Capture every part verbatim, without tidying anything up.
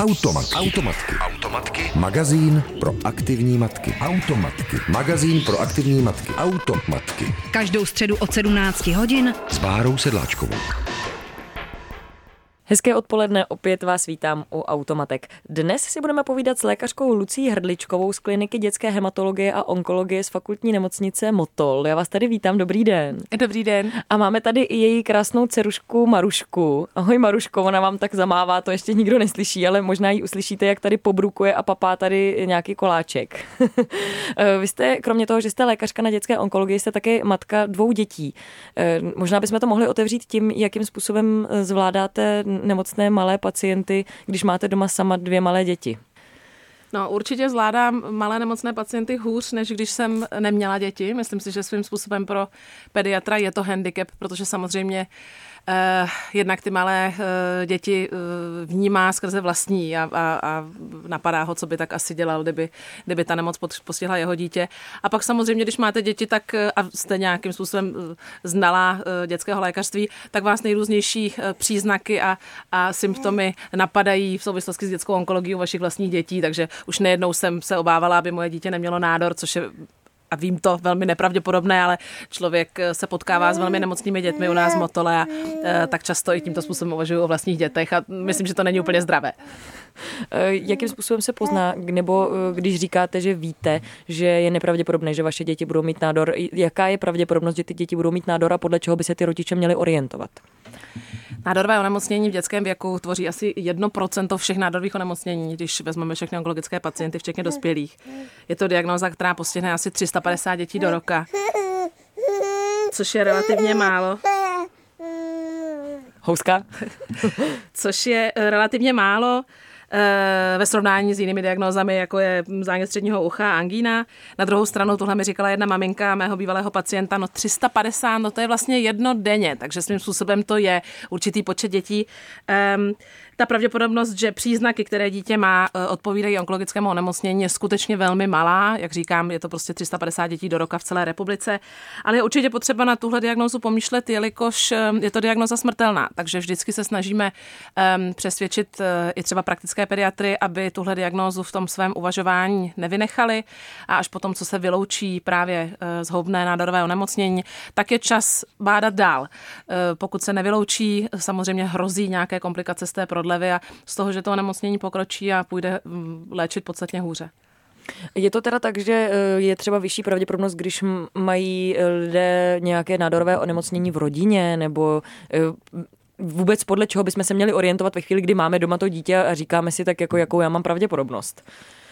Automatky. Automatky. Automatky. Magazín pro aktivní matky. Automatky. Magazín pro aktivní matky. Automatky. Každou středu od sedmnáct hodin s Bárou Sedláčkovou. Hezké odpoledne, opět vás vítám u Automatek. Dnes si budeme povídat s lékařkou Lucí Hrdličkovou z kliniky dětské hematologie a onkologie z fakultní nemocnice Motol. Já vás tady vítám, dobrý den. Dobrý den. A máme tady i její krásnou dcerušku Marušku. Ahoj Maruško, ona vám tak zamává, to ještě nikdo neslyší, ale možná ji uslyšíte, jak tady pobrukuje a papá tady nějaký koláček. Vy jste, kromě toho, že jste lékařka na dětské onkologii, jste také matka dvou dětí. Možná bychom to mohli otevřít tím, jakým způsobem zvládáte nemocné malé pacienty, když máte doma sama dvě malé děti. No, určitě zvládám malé nemocné pacienty hůř, než když jsem neměla děti. Myslím si, že svým způsobem pro pediatra je to handicap, protože samozřejmě eh, jednak ty malé eh, děti eh, vnímá skrze vlastní a, a, a napadá ho, co by tak asi dělal, kdyby, kdyby ta nemoc postihla jeho dítě. A pak samozřejmě, když máte děti, tak a jste nějakým způsobem znalá eh, dětského lékařství, tak vás nejrůznější eh, příznaky a, a symptomy napadají v souvislosti s dětskou onkologií u vašich vlastních dětí, takže už nejednou jsem se obávala, aby moje dítě nemělo nádor, což je, a vím to, velmi nepravděpodobné, ale člověk se potkává s velmi nemocnými dětmi u nás v Motole a e, tak často i tímto způsobem uvažuji o vlastních dětech a myslím, že to není úplně zdravé. Jakým způsobem se pozná, nebo když říkáte, že víte, že je nepravděpodobné, že vaše děti budou mít nádor, jaká je pravděpodobnost, že ty děti budou mít nádor a podle čeho by se ty rodiče měli orientovat? Nádorové onemocnění v dětském věku tvoří asi jedno procento všech nádorových onemocnění, když vezmeme všechny onkologické pacienty, včetně dospělých. Je to diagnóza, která postihne asi tři sta padesát dětí do roka, což je relativně málo. Houska? Což je relativně málo ve srovnání s jinými diagnózami, jako je zánět středního ucha a angína. Na druhou stranu, tohle mi říkala jedna maminka mého bývalého pacienta, no tři sta padesát, no to je vlastně jedno denně, takže svým způsobem to je určitý počet dětí. Um, ta pravděpodobnost, že příznaky, které dítě má, odpovídají onkologickému onemocnění, je skutečně velmi malá. Jak říkám, je to prostě tři sta padesát dětí do roka v celé republice, ale je určitě potřeba na tuhle diagnózu pomýšlet, jelikož je to diagnóza smrtelná, takže vždycky se snažíme um, přesvědčit uh, i třeba praktické pediatry, aby tuhle diagnózu v tom svém uvažování nevynechali a až potom, co se vyloučí právě uh, zhoubné nádorové onemocnění, tak je čas bádat dál. Uh, pokud se nevyloučí, samozřejmě hrozí nějaké komplikace z té prodlevy a z toho, že to onemocnění pokročí a půjde léčit podstatně hůře. Je to teda tak, že je třeba vyšší pravděpodobnost, když mají lidé nějaké nádorové onemocnění v rodině, nebo vůbec podle čeho bychom se měli orientovat ve chvíli, kdy máme doma to dítě a říkáme si tak, jako jakou já mám pravděpodobnost?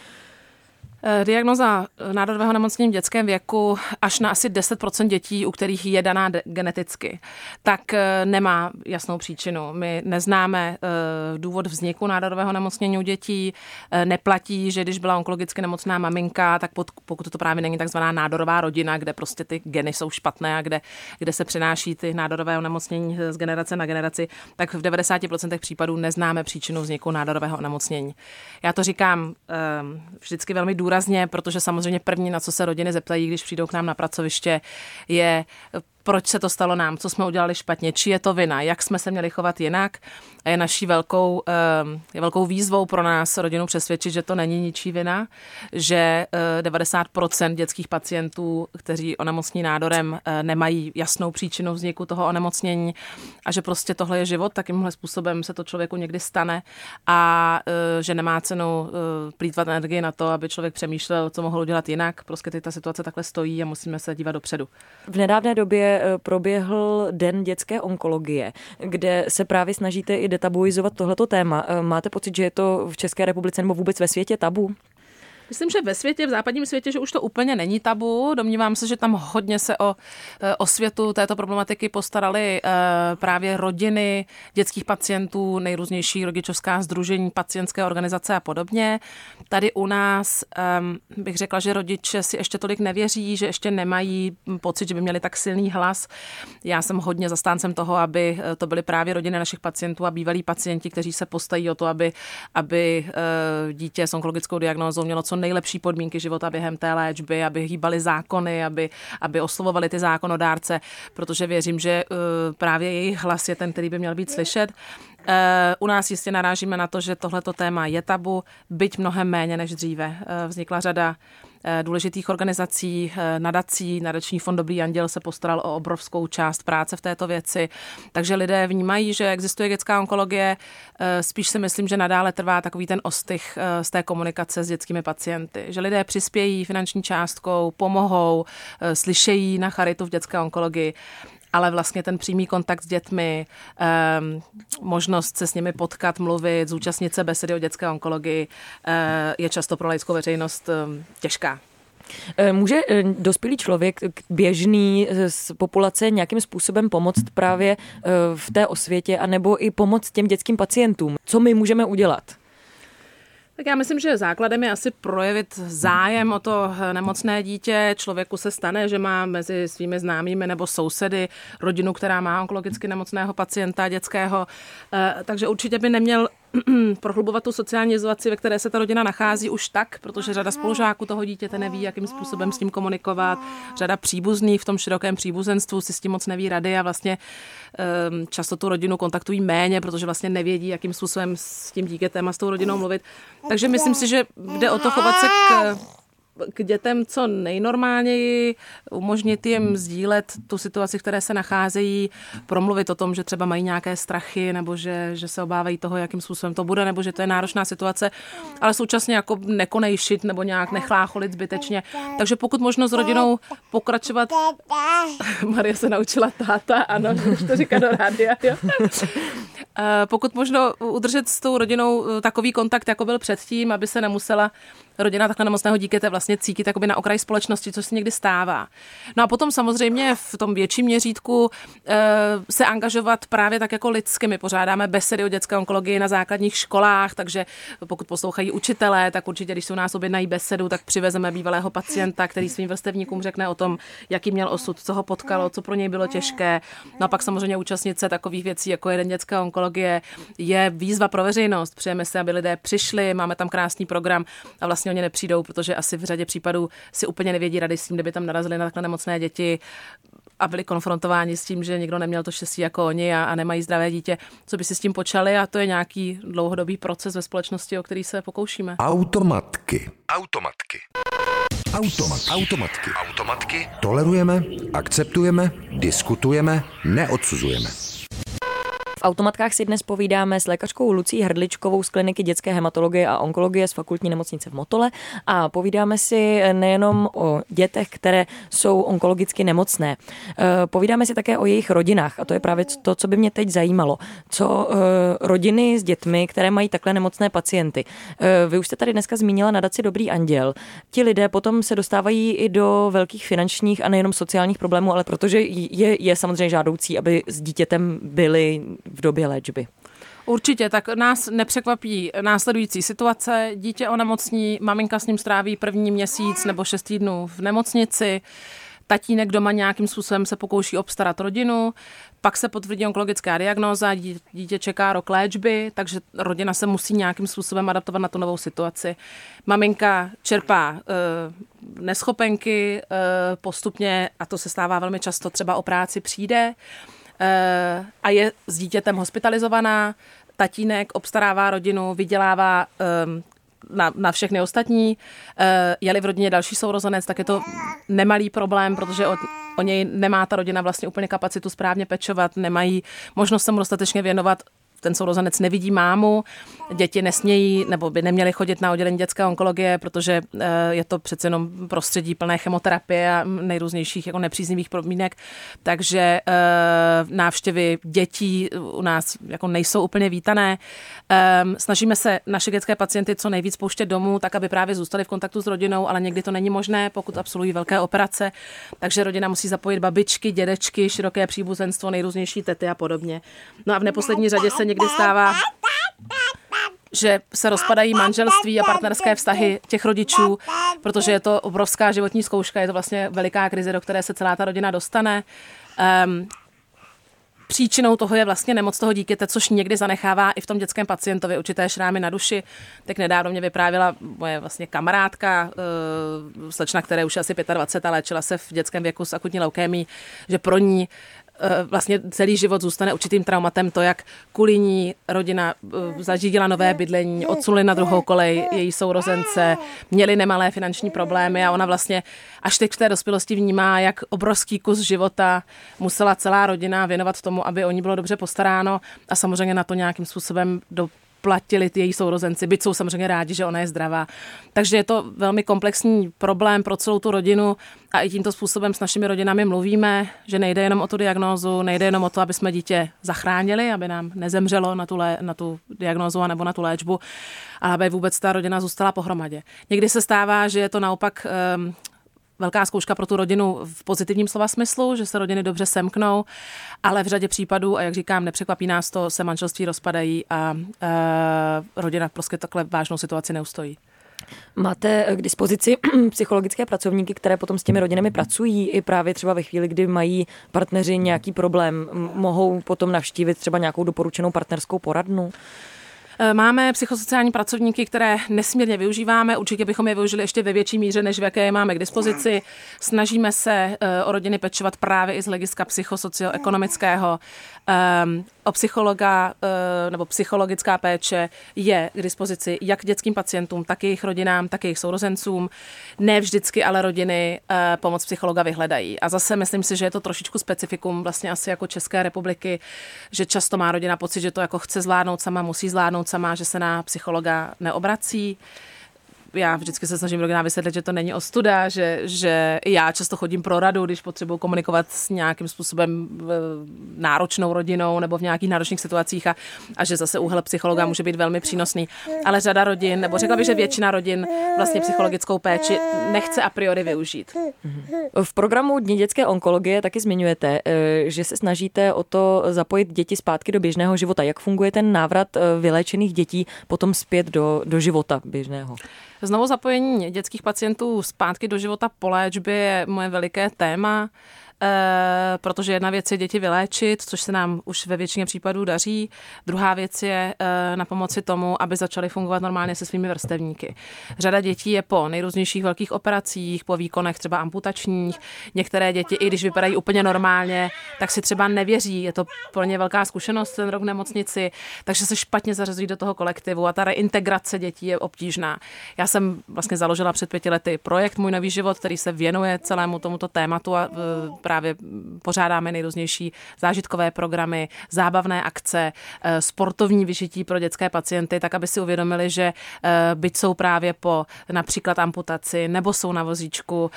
Diagnóza nádorového onemocnění v dětském věku až na asi deset procent dětí, u kterých je daná geneticky, tak nemá jasnou příčinu. My neznáme důvod vzniku nádorového onemocnění u dětí, neplatí, že když byla onkologicky nemocná maminka, tak pokud to právě není takzvaná nádorová rodina, kde prostě ty geny jsou špatné a kde, kde se přenáší ty nádorové onemocnění z generace na generaci, tak v devadesáti procentech případů neznáme příčinu vzniku nádorového onemocnění. Já to říkám vždycky velmi důrazně, Důrazně, protože samozřejmě první, na co se rodiny zeptají, když přijdou k nám na pracoviště, je, proč se to stalo nám, co jsme udělali špatně, či je to vina, jak jsme se měli chovat jinak. A je naší velkou, je velkou výzvou pro nás rodinu přesvědčit, že to není ničí vina, že devadesát procent dětských pacientů, kteří onemocní nádorem, nemají jasnou příčinu vzniku toho onemocnění a že prostě tohle je život, takýmhle způsobem se to člověku někdy stane a že nemá cenu plýtvat energii na to, aby člověk přemýšlel, co mohl udělat jinak. Prostě ta situace takhle stojí a musíme se dívat dopředu. V nedávné době proběhl Den dětské onkologie, kde se právě snažíte i detabuizovat tohleto téma. Máte pocit, že je to v České republice nebo vůbec ve světě tabu? Myslím, že ve světě, v západním světě, že už to úplně není tabu. Domnívám se, že tam hodně se o osvětu této problematiky postarali právě rodiny dětských pacientů, nejrůznější rodičovská sdružení, pacientské organizace a podobně. Tady u nás bych řekla, že rodiče si ještě tolik nevěří, že ještě nemají pocit, že by měli tak silný hlas. Já jsem hodně zastáncem toho, aby to byly právě rodiny našich pacientů a bývalí pacienti, kteří se postaví o to, aby, aby dítě s onkologickou diagnózou mělo co nejlepší podmínky života během té léčby, aby hýbali zákony, aby, aby oslovovali ty zákonodárce, protože věřím, že uh, právě jejich hlas je ten, který by měl být slyšet. U nás jistě narážíme na to, že tohleto téma je tabu, byť mnohem méně než dříve. Vznikla řada důležitých organizací, nadací, nadační fond Dobrý anděl se postaral o obrovskou část práce v této věci, takže lidé vnímají, že existuje dětská onkologie, spíš si myslím, že nadále trvá takový ten ostych z té komunikace s dětskými pacienty, že lidé přispějí finanční částkou, pomohou, slyšejí na charitu v dětské onkologii, ale vlastně ten přímý kontakt s dětmi, um, možnost se s nimi potkat, mluvit, zúčastnit se besedy o dětské onkologii uh, je často pro laickou veřejnost um, těžká. Může dospělý člověk, běžný z populace nějakým způsobem pomoct právě v té osvětě anebo i pomoct těm dětským pacientům? Co my můžeme udělat? Tak já myslím, že základem je asi projevit zájem o to nemocné dítě. Člověku se stane, že má mezi svými známými nebo sousedy rodinu, která má onkologicky nemocného pacienta dětského. Takže určitě by neměl prohlubovat tu sociální izolaci, ve které se ta rodina nachází už tak, protože řada spolužáků toho dítěte neví, jakým způsobem s ním komunikovat. Řada příbuzných v tom širokém příbuzenstvu si s tím moc neví rady a vlastně um, často tu rodinu kontaktují méně, protože vlastně nevědí, jakým způsobem s tím dítětem a s tou rodinou mluvit. Takže myslím si, že jde o to chovat se k k dětem co nejnormálněji, umožnit jim sdílet tu situaci, v které se nacházejí, promluvit o tom, že třeba mají nějaké strachy, nebo že, že se obávají toho, jakým způsobem to bude, nebo že to je náročná situace, ale současně jako nekonejšit nebo nějak nechlácholit zbytečně. Takže pokud možno s rodinou pokračovat... Marie se naučila táta, ano, už to říká do rádia, jo. Pokud možno udržet s tou rodinou takový kontakt, jako byl předtím, aby se nemusela rodina takhle nemocného dítěte vlastně cítit jakoby na okraji společnosti, což se někdy stává. No a potom samozřejmě v tom větším měřítku e, se angažovat právě tak jako lidsky. My pořádáme besedy o dětské onkologii na základních školách, takže pokud poslouchají učitelé, tak určitě, když se u nás objednají besedu, tak přivezeme bývalého pacienta, který svým vrstevníkům řekne o tom, jaký měl osud, co ho potkalo, co pro něj bylo těžké. No a pak samozřejmě účastnit se takových věcí, jako je Den dětské onkologie, je výzva pro veřejnost. Přejeme si, aby lidé přišli, máme tam krásný program a vlastně oni nepřijdou, protože asi v řadě případů si úplně nevědí rady s tím, kdyby tam narazili na takhle nemocné děti a byli konfrontováni s tím, že někdo neměl to štěstí jako oni a, a nemají zdravé dítě, co by si s tím počali, a to je nějaký dlouhodobý proces ve společnosti, o který se pokoušíme. Automatky. Automatky. Automat. Automatky. Automatky. Tolerujeme, akceptujeme, diskutujeme, neodsuzujeme. V Automatkách si dnes povídáme s lékařkou Lucí Hrdličkovou z kliniky dětské hematologie a onkologie z fakultní nemocnice v Motole a povídáme si nejenom o dětech, které jsou onkologicky nemocné. Povídáme si také o jejich rodinách a to je právě to, co by mě teď zajímalo. Co rodiny s dětmi, které mají takhle nemocné pacienty. Vy už jste tady dneska zmínila nadaci Dobrý anděl. Ti lidé potom se dostávají i do velkých finančních a nejenom sociálních problémů, ale protože je, je samozřejmě žádoucí, aby s dítětem byli v době léčby. Určitě, tak nás nepřekvapí následující situace. Dítě onemocní, maminka s ním stráví první měsíc nebo šest týdnů v nemocnici, tatínek doma nějakým způsobem se pokouší obstarat rodinu, pak se potvrdí onkologická diagnóza, dítě čeká rok léčby, takže rodina se musí nějakým způsobem adaptovat na tu novou situaci. Maminka čerpá e, neschopenky e, postupně, a to se stává velmi často, třeba o práci přijde, a je s dítětem hospitalizovaná, tatínek obstarává rodinu, vydělává um, na, na všechny ostatní. Uh, je-li v rodině další sourozenec, tak je to nemalý problém, protože o, o něj nemá ta rodina vlastně úplně kapacitu správně pečovat, nemají možnost se mu dostatečně věnovat. Ten sourozenec nevidí mámu, děti nesmějí nebo by neměly chodit na oddělení dětské onkologie, protože je to přece jenom prostředí plné chemoterapie a nejrůznějších jako nepříznivých podmínek, takže návštěvy dětí u nás jako nejsou úplně vítané. Snažíme se naše dětské pacienty co nejvíc pouštět domů, tak aby právě zůstali v kontaktu s rodinou, ale někdy to není možné, pokud absolvují velké operace, takže rodina musí zapojit babičky, dědečky, široké příbuzenstvo, nejrůznější tety a podobně. No a v neposlední řadě se někdy stává, že se rozpadají manželství a partnerské vztahy těch rodičů, protože je to obrovská životní zkouška, je to vlastně veliká krize, do které se celá ta rodina dostane. Um, Příčinou toho je vlastně nemoc toho dítěte, což někdy zanechává i v tom dětském pacientovi určité šrámy na duši. Tak nedávno mě vyprávěla moje vlastně kamarádka, slečna, které už asi dvacet pět a léčila se v dětském věku s akutní leukémií, že pro ní vlastně celý život zůstane určitým traumatem to, jak kvůli ní rodina zařídila nové bydlení, odsunuli na druhou kolej její sourozence, měli nemalé finanční problémy a ona vlastně až teď v té dospělosti vnímá, jak obrovský kus života musela celá rodina věnovat tomu, aby o ní bylo dobře postaráno a samozřejmě na to nějakým způsobem do platili ty její sourozenci, byť jsou samozřejmě rádi, že ona je zdravá. Takže je to velmi komplexní problém pro celou tu rodinu a i tímto způsobem s našimi rodinami mluvíme, že nejde jenom o tu diagnózu, nejde jenom o to, aby jsme dítě zachránili, aby nám nezemřelo na tu, lé, na tu diagnózu nebo na tu léčbu, ale aby vůbec ta rodina zůstala pohromadě. Někdy se stává, že je to naopak um, velká zkouška pro tu rodinu v pozitivním slova smyslu, že se rodiny dobře semknou, ale v řadě případů, a jak říkám, nepřekvapí nás to, se manželství rozpadají a, a rodina prostě takhle vážnou situaci neustojí. Máte k dispozici psychologické pracovníky, které potom s těmi rodinami pracují i právě třeba ve chvíli, kdy mají partneři nějaký problém, mohou potom navštívit třeba nějakou doporučenou partnerskou poradnu? Máme psychosociální pracovníky, které nesmírně využíváme, určitě bychom je využili ještě ve větší míře, než v jaké je máme k dispozici. Snažíme se o rodiny pečovat právě i z hlediska psychosocioekonomického. O psychologa nebo psychologická péče je k dispozici jak dětským pacientům, tak jejich rodinám, tak jejich sourozencům. Ne vždycky ale rodiny pomoc psychologa vyhledají. A zase myslím si, že je to trošičku specifikum vlastně asi jako České republiky, že často má rodina pocit, že to jako chce zvládnout sama, musí zvládnout sama, že se na psychologa neobrací. Já vždycky se snažím rodinám vysvětlit, že to není ostuda, že, že já často chodím pro radu, když potřebuji komunikovat s nějakým způsobem náročnou rodinou nebo v nějakých náročných situacích a, a že zase úhel psychologa může být velmi přínosný. Ale řada rodin, nebo řekla bych, že většina rodin vlastně psychologickou péči nechce a priori využít. V programu Dní dětské onkologie taky zmiňujete, že se snažíte o to zapojit děti zpátky do běžného života. Jak funguje ten návrat vyléčených dětí potom zpět do, do života běžného? Znovu zapojení dětských pacientů zpátky do života po léčbě je moje veliké téma, e, protože jedna věc je děti vyléčit, což se nám už ve většině případů daří. Druhá věc je e, na pomoci tomu, aby začaly fungovat normálně se svými vrstevníky. Řada dětí je po nejrůznějších velkých operacích, po výkonech třeba amputačních. Některé děti, i když vypadají úplně normálně, tak si třeba nevěří. Je to pro ně velká zkušenost ten rok v nemocnici, takže se špatně zařazují do toho kolektivu a ta reintegrace dětí je obtížná. Já jsem vlastně založila před pěti lety projekt Můj nový život, který se věnuje celému tomuto tématu a právě pořádáme nejrůznější zážitkové programy, zábavné akce, sportovní vyžití pro dětské pacienty, tak aby si uvědomili, že byť jsou právě po například amputaci, nebo jsou na vozíčku,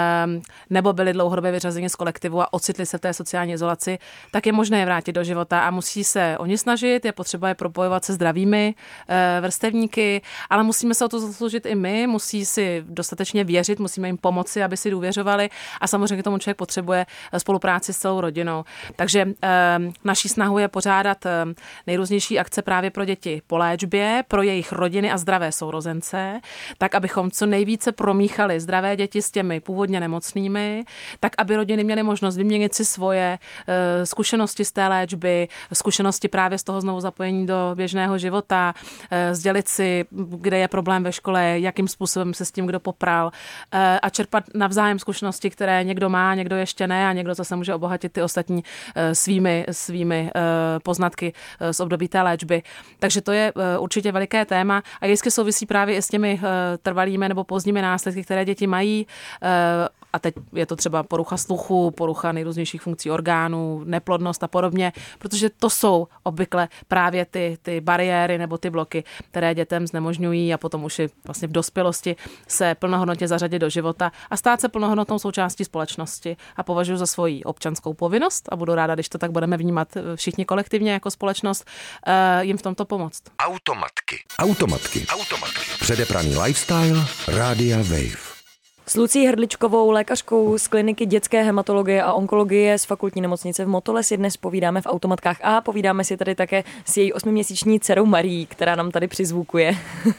nebo byli dlouhodobě vyřazeni z kolektivu a ocitli se v té sociální izolaci, tak je možné je vrátit do života a musí se oni snažit, je potřeba je propojovat se zdravými vrstevníky, ale musíme se o to zasloužit i my, musí si dostatečně věřit, musíme jim pomoci, aby si důvěřovali a samozřejmě k tomu člověk potřebuje spolupráci s celou rodinou. Takže e, naší snahou je pořádat e, nejrůznější akce právě pro děti po léčbě, pro jejich rodiny a zdravé sourozence, tak abychom co nejvíce promíchali zdravé děti s těmi původně nemocnými, tak aby rodiny měly možnost vyměnit si svoje e, zkušenosti z té léčby, zkušenosti právě z toho znovu zapojení do běžného života, e, sdělit si, kde je problém ve škole, jakým způsobem se s tím kdo popral e, a čerpat navzájem zkušenosti, které někdo má, někdo ještě ne a někdo zase může obohatit ty ostatní e, svými, svými e, poznatky e, z období té léčby. Takže to je e, určitě veliké téma a jistě souvisí právě i s těmi e, trvalými nebo pozdními následky, které děti mají. E, a teď je to třeba porucha sluchu, porucha nejrůznějších funkcí orgánů, neplodnost a podobně, protože to jsou obvykle právě ty, ty bariéry nebo ty bloky, které dětem znemožňují a potom už i vlastně v dospělosti se plnohodnotně zařadit do života a stát se plnohodnotnou součástí společnosti a považuji za svoji občanskou povinnost a budu ráda, když to tak budeme vnímat všichni kolektivně jako společnost, jim v tomto pomoct. Automatky. Automatky. Automatky. Předepraný lifestyle Rádia Wave. S Lucí Hrdličkovou, lékařkou z kliniky dětské hematologie a onkologie z fakultní nemocnice v Motole si dnes povídáme v Automatkách a povídáme si tady také s její osmiměsíční dcerou Marií, která nám tady přizvukuje.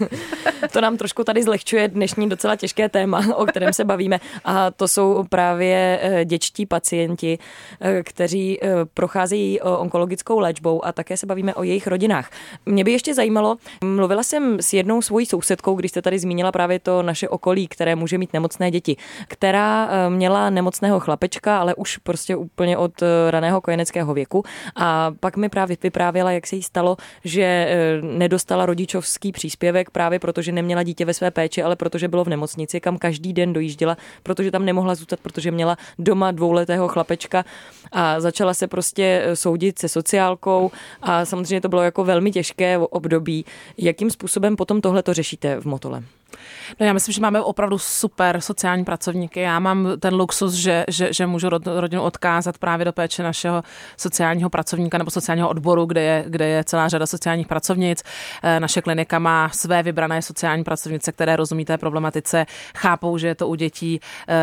To nám trošku tady zlehčuje dnešní docela těžké téma, o kterém se bavíme a to jsou právě dětští pacienti, kteří procházejí onkologickou léčbou a také se bavíme o jejich rodinách. Mě by ještě zajímalo, mluvila jsem s jednou svojí sousedkou, když jste tady zmínila právě to naše okolí, které může mít nemocnici nemocné děti, která měla nemocného chlapečka, ale už prostě úplně od raného kojeneckého věku. A pak mi právě vyprávěla, jak se jí stalo, že nedostala rodičovský příspěvek právě proto, že neměla dítě ve své péči, ale protože bylo v nemocnici, kam každý den dojížděla, protože tam nemohla zůstat, protože měla doma dvouletého chlapečka a začala se prostě soudit se sociálkou a samozřejmě to bylo jako velmi těžké období. Jakým způsobem potom tohle to řešíte v Motole? No já myslím, že máme opravdu super sociální pracovníky. Já mám ten luxus, že, že, že můžu rodinu odkázat právě do péče našeho sociálního pracovníka nebo sociálního odboru, kde je, kde je celá řada sociálních pracovnic. Naše klinika má své vybrané sociální pracovnice, které rozumí té problematice, chápou, že je to u dětí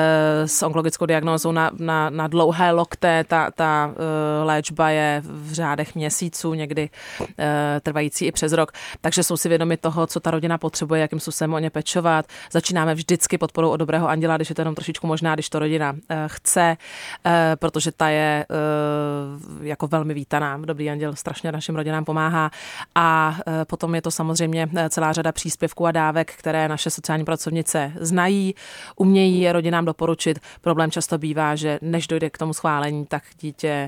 s onkologickou diagnózou na, na, na dlouhé lokte. Ta, ta léčba je v řádech měsíců, někdy trvající i přes rok. Takže jsou si vědomi toho, co ta rodina potřebuje, jakým způsobem o ně pečovat. Začínáme vždycky podporou od dobrého anděla, když je to jenom trošičku možná, když to rodina chce, protože ta je jako velmi vítaná. Dobrý anděl strašně našim rodinám pomáhá a potom je to samozřejmě celá řada příspěvků a dávek, které naše sociální pracovnice znají, umějí je rodinám doporučit. Problém často bývá, že než dojde k tomu schválení, tak dítě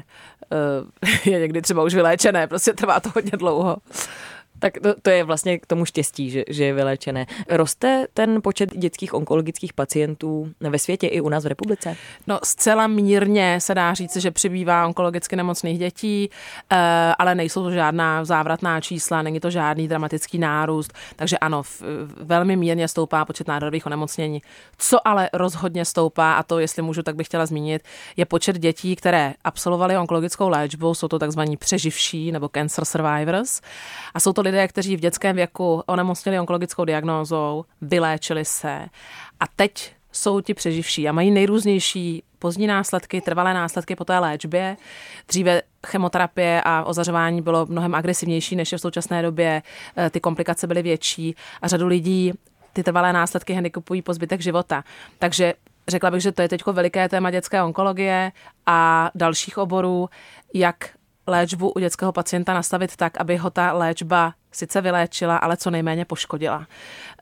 je někdy třeba už vyléčené, prostě trvá to hodně dlouho. Tak to, to je vlastně k tomu štěstí, že, že je vyléčené. Roste ten počet dětských onkologických pacientů ve světě i u nás v republice? No zcela mírně se dá říct, že přibývá onkologicky nemocných dětí, ale nejsou to žádná závratná čísla, není to žádný dramatický nárůst, takže ano, velmi mírně stoupá počet nádorových onemocnění. Co ale rozhodně stoupá, a to jestli můžu, tak bych chtěla zmínit, je počet dětí, které absolvovaly onkologickou léčbu, jsou to takzvaní přeživší nebo cancer survivors a jsou to lidé, kteří v dětském věku onemocněli onkologickou diagnózou, vyléčili se a teď jsou ti přeživší a mají nejrůznější pozdní následky, trvalé následky po té léčbě. Dříve chemoterapie a ozařování bylo mnohem agresivnější, než je v současné době. Ty komplikace byly větší a řadu lidí ty trvalé následky handicapují po zbytek života. Takže řekla bych, že to je teď veliké téma dětské onkologie a dalších oborů, jak léčbu u dětského pacienta nastavit tak, aby ho ta léčba sice vyléčila, ale co nejméně poškodila. Uh,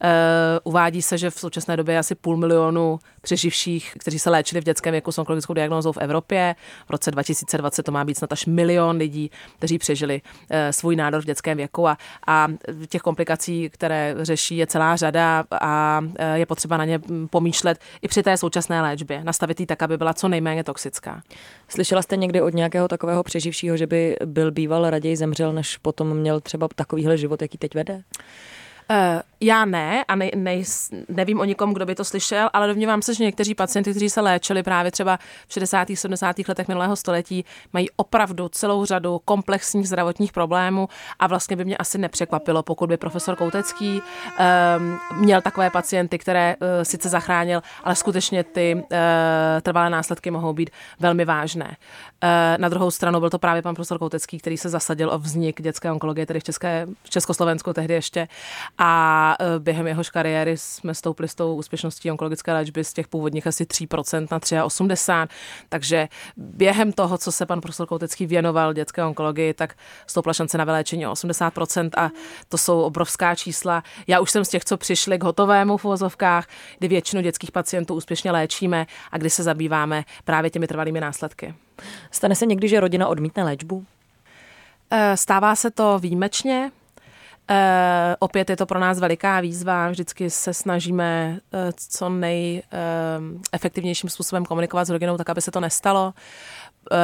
uvádí se, že v současné době je asi půl milionu přeživších, kteří se léčili v dětském věku s onkologickou diagnózou v Evropě. V roce dva tisíce dvacet to má být snad až milion lidí, kteří přežili uh, svůj nádor v dětském věku a, a těch komplikací, které řeší, je celá řada a uh, je potřeba na ně pomýšlet i při té současné léčbě. Nastavit ji tak, aby byla co nejméně toxická. Slyšela jste někdy od nějakého takového přeživšího, že by byl býval raději zemřel, než potom měl třeba takovýhle život, jaký teď vede? Uh, já ne a ne, ne, nevím o nikom, kdo by to slyšel, ale domnívám se, že někteří pacienti, kteří se léčili právě třeba v šedesátých sedmdesátých letech minulého století, mají opravdu celou řadu komplexních zdravotních problémů a vlastně by mě asi nepřekvapilo, pokud by profesor Koutecký um, měl takové pacienty, které uh, sice zachránil, ale skutečně ty uh, trvalé následky mohou být velmi vážné. Uh, na druhou stranu byl to právě pan profesor Koutecký, který se zasadil o vznik dětské onkologie, tedy v, České, v Československu tehdy ještě. A během jehož kariéry jsme stoupli s tou úspěšností onkologické léčby z těch původních asi tři procenta na osmdesát tři. Takže během toho, co se pan profesor Koutecký věnoval dětské onkologii, tak stoupla šance na vyléčení o osmdesát procent a to jsou obrovská čísla. Já už jsem z těch, co přišli k hotovému v uvozovkách, kdy většinu dětských pacientů úspěšně léčíme a kdy se zabýváme právě těmi trvalými následky. Stane se někdy, že rodina odmítne léčbu? Stává se to výjimečně. Uh, opět je to pro nás veliká výzva, vždycky se snažíme uh, co nejefektivnějším uh, způsobem komunikovat s rodinou, tak aby se to nestalo. Uh,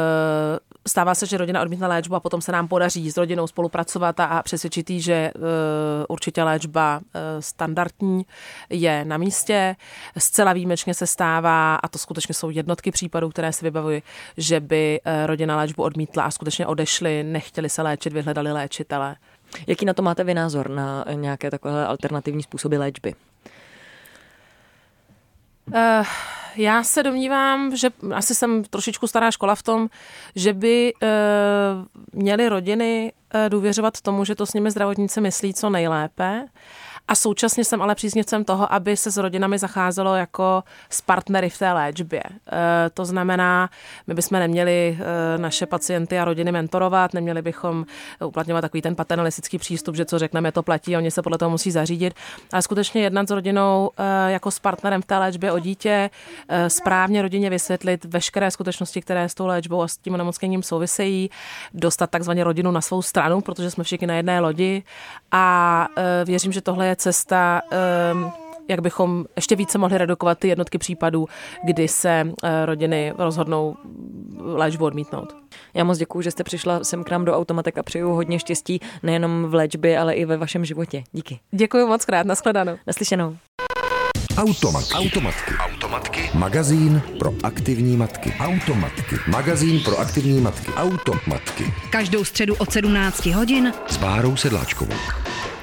stává se, že rodina odmítne léčbu a potom se nám podaří s rodinou spolupracovat a, a přesvědčit jí, že uh, určitě léčba uh, standardní je na místě. Zcela výjimečně se stává, a to skutečně jsou jednotky případů, které si vybavuji, že by uh, rodina léčbu odmítla a skutečně odešli, nechtěli se léčit, vyhledali léčitele. Jaký na to máte vy názor, na nějaké takové alternativní způsoby léčby? Uh, já se domnívám, že asi jsem trošičku stará škola v tom, že by uh, měly rodiny uh, důvěřovat tomu, že to s nimi zdravotníci myslí co nejlépe A současně jsem ale příznivcem toho, aby se s rodinami zacházelo jako s partnery v té léčbě. E, to znamená, my bychom neměli e, naše pacienty a rodiny mentorovat, neměli bychom uplatňovat takový ten paternalistický přístup, že co řekneme, to platí, oni se podle toho musí zařídit, ale skutečně jednat s rodinou e, jako s partnerem v té léčbě o dítě, e, správně rodině vysvětlit veškeré skutečnosti, které s tou léčbou a s tím onemocněním souvisejí, dostat takzvaně rodinu na svou stranu, protože jsme všichni na jedné lodi a e, věřím, že tohle je cesta, e, jak bychom ještě více mohli redukovat ty jednotky případů, kdy se e, rodiny rozhodnou léčbu odmítnout. Já moc děkuju, že jste přišla sem k nám do Automatek a přeju hodně štěstí nejenom v léčbě, ale i ve vašem životě. Díky. Děkuju moc krát, nashledanou. Naslyšenou. Automatky. Automatky. Automatky. Magazín pro aktivní matky. Automatky. Magazín pro aktivní matky. Automatky. Každou středu od sedmnácti hodin s Bárou Sedláčkovou.